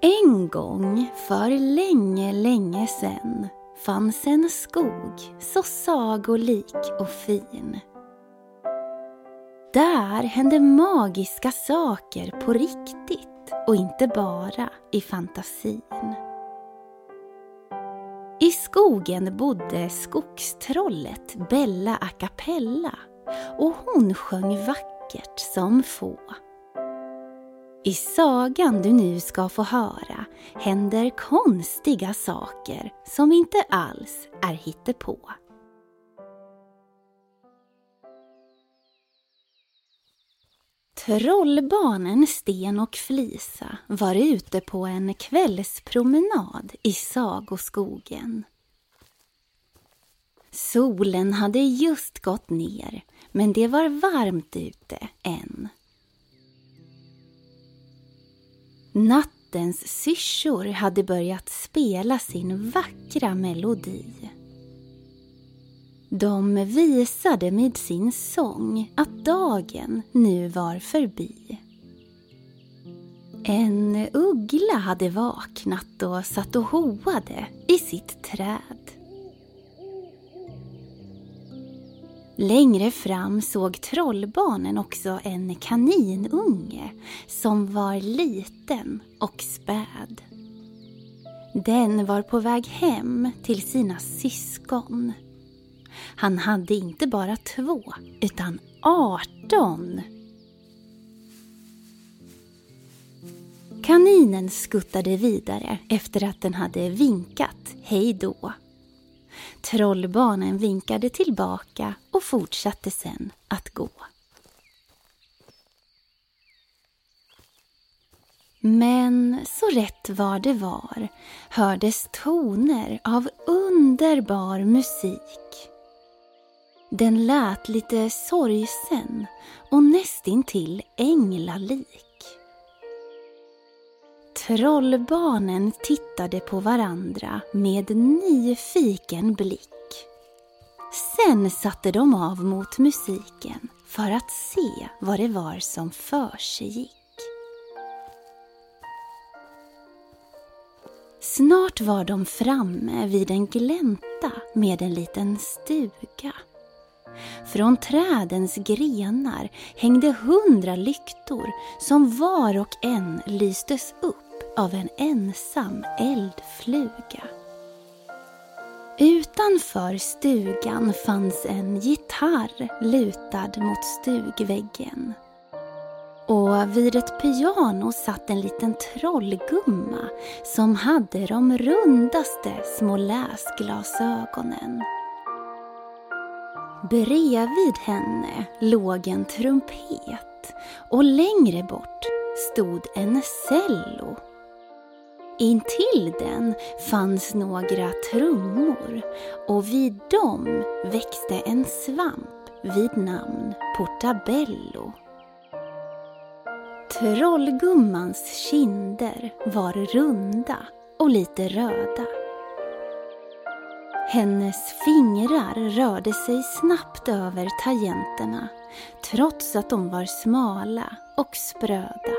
En gång för länge, länge sedan fanns en skog så sagolik och fin. Där hände magiska saker på riktigt och inte bara i fantasin. I skogen bodde skogstrollet Bella a cappella och hon sjöng vackert som få. I sagan du nu ska få höra händer konstiga saker som inte alls är hittepå. Trollbarnen Sten och Flisa var ute på en kvällspromenad i sagoskogen. Solen hade just gått ner, men det var varmt ute än. Nattens syrsor hade börjat spela sin vackra melodi. De visade med sin sång att dagen nu var förbi. En uggla hade vaknat och satt och hoade i sitt träd. Längre fram såg trollbarnen också en kaninunge som var liten och späd. Den var på väg hem till sina syskon. Han hade inte bara 2 utan 18. Kaninen skuttade vidare efter att den hade vinkat hej då. Trollbarnen vinkade tillbaka och fortsatte sen att gå. Men så rätt vad det var hördes toner av underbar musik. Den lät lite sorgsen och nästintill änglalik. Trollbarnen tittade på varandra med nyfiken blick. Sen satte de av mot musiken för att se vad det var som försiggick. Snart var de framme vid en glänta med en liten stuga. Från trädens grenar hängde 100 lyktor som var och en lystes upp av en ensam eldfluga. Utanför stugan fanns en gitarr lutad mot stugväggen. Och vid ett piano satt en liten trollgumma som hade de rundaste små läsglasögonen. Bredvid henne låg en trumpet och längre bort stod en cello. Intill den fanns några trummor och vid dem växte en svamp vid namn Portabello. Trollgummans kinder var runda och lite röda. Hennes fingrar rörde sig snabbt över tangenterna trots att de var smala och spröda.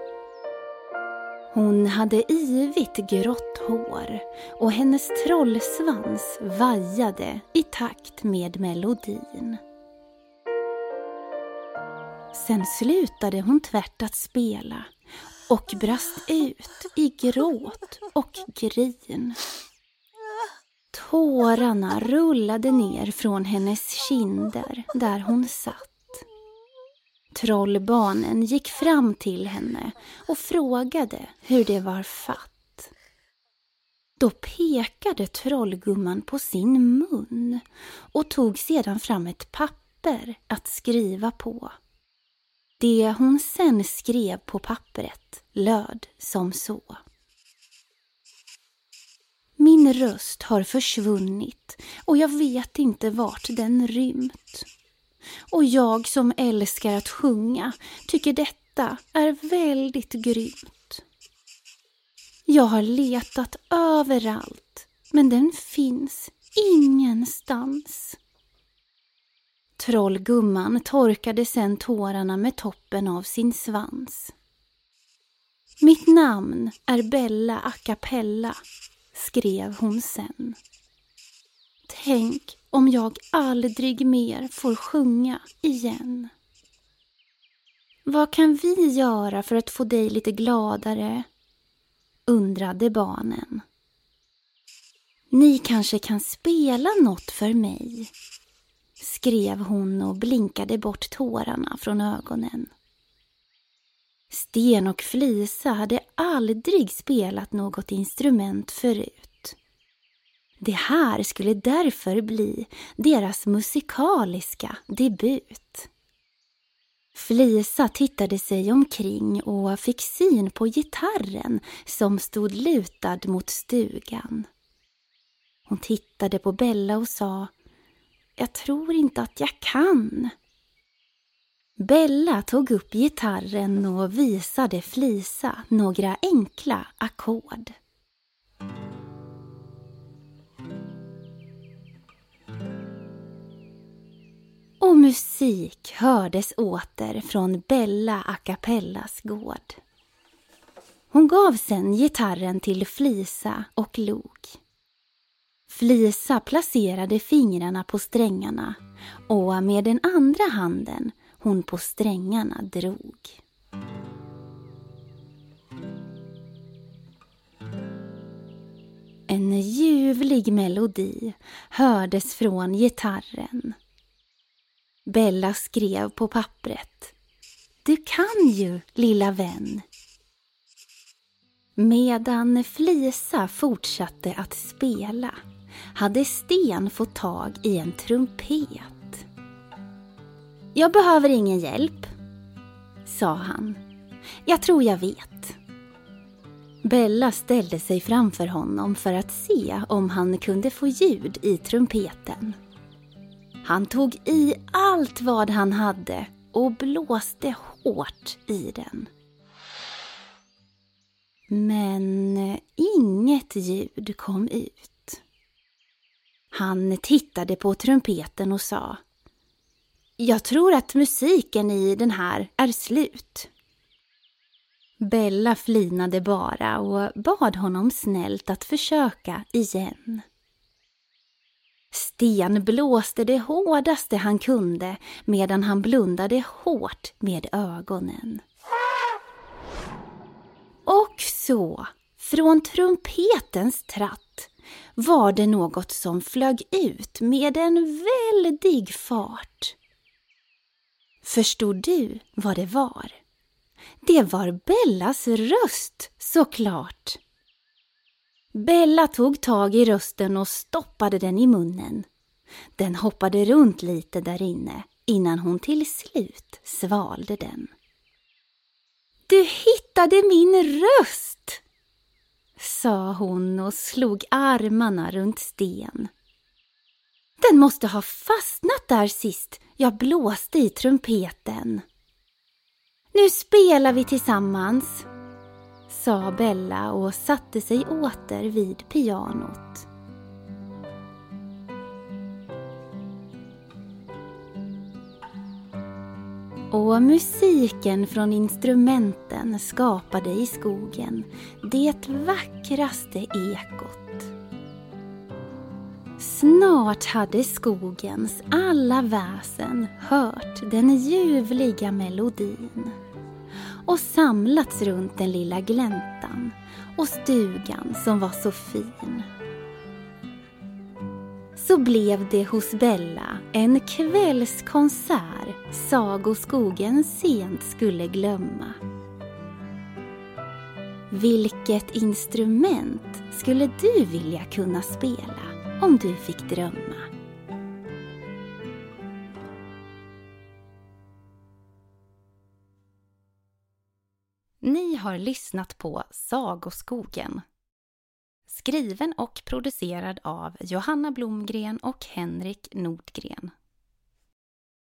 Hon hade yvigt grått hår och hennes trollsvans vajade i takt med melodin. Sen slutade hon tvärt att spela och brast ut i gråt och grin. Tårarna rullade ner från hennes kinder där hon satt. Trollbarnen gick fram till henne och frågade hur det var fatt. Då pekade trollgumman på sin mun och tog sedan fram ett papper att skriva på. Det hon sen skrev på pappret löd som så. Min röst har försvunnit och jag vet inte vart den rymt. Och jag som älskar att sjunga tycker detta är väldigt grymt. Jag har letat överallt, men den finns ingenstans. Trollgumman torkade sen tårarna med toppen av sin svans. Mitt namn är Bella a cappella, skrev hon sen. Tänk om jag aldrig mer får sjunga igen. Vad kan vi göra för att få dig lite gladare? Undrade barnen. Ni kanske kan spela något för mig, skrev hon och blinkade bort tårarna från ögonen. Sten och Flisa hade aldrig spelat något instrument förut. Det här skulle därför bli deras musikaliska debut. Flisa tittade sig omkring och fick syn på gitarren som stod lutad mot stugan. Hon tittade på Bella och sa: jag tror inte att jag kan. Bella tog upp gitarren och visade Flisa några enkla ackord. Och musik hördes åter från Bella a cappellas gård. Hon gav sen gitarren till Flisa och log. Flisa placerade fingrarna på strängarna och med den andra handen hon på strängarna drog. En ljuvlig melodi hördes från gitarren. Bella skrev på pappret: du kan ju, lilla vän. Medan Flisa fortsatte att spela hade Sten fått tag i en trumpet. Jag behöver ingen hjälp, sa han. Jag tror jag vet. Bella ställde sig framför honom för att se om han kunde få ljud i trumpeten. Han tog i allt vad han hade och blåste hårt i den. Men inget ljud kom ut. Han tittade på trumpeten och sa: jag tror att musiken i den här är slut. Bella flinade bara och bad honom snällt att försöka igen. Sten blåste det hårdaste han kunde medan han blundade hårt med ögonen. Och så, från trumpetens tratt, var det något som flög ut med en väldig fart. Förstod du vad det var? Det var Bellas röst, såklart. Bella tog tag i rösten och stoppade den i munnen. Den hoppade runt lite där inne innan hon till slut svalde den. Du hittade min röst, sa hon och slog armarna runt Sten. Den måste ha fastnat där sist jag blåste i trumpeten. Nu spelar vi tillsammans, sa Bella och satte sig åter vid pianot. Och musiken från instrumenten skapade i skogen det vackraste ekot. Snart hade skogens alla väsen hört den ljuvliga melodin och samlats runt den lilla gläntan och stugan som var så fin. Så blev det hos Bella en kvällskonsert sagoskogen sent skulle glömma. Vilket instrument skulle du vilja kunna spela om du fick drömma? Ni har lyssnat på Sagoskogen. Skriven och producerad av Johanna Blomgren och Henrik Nordgren.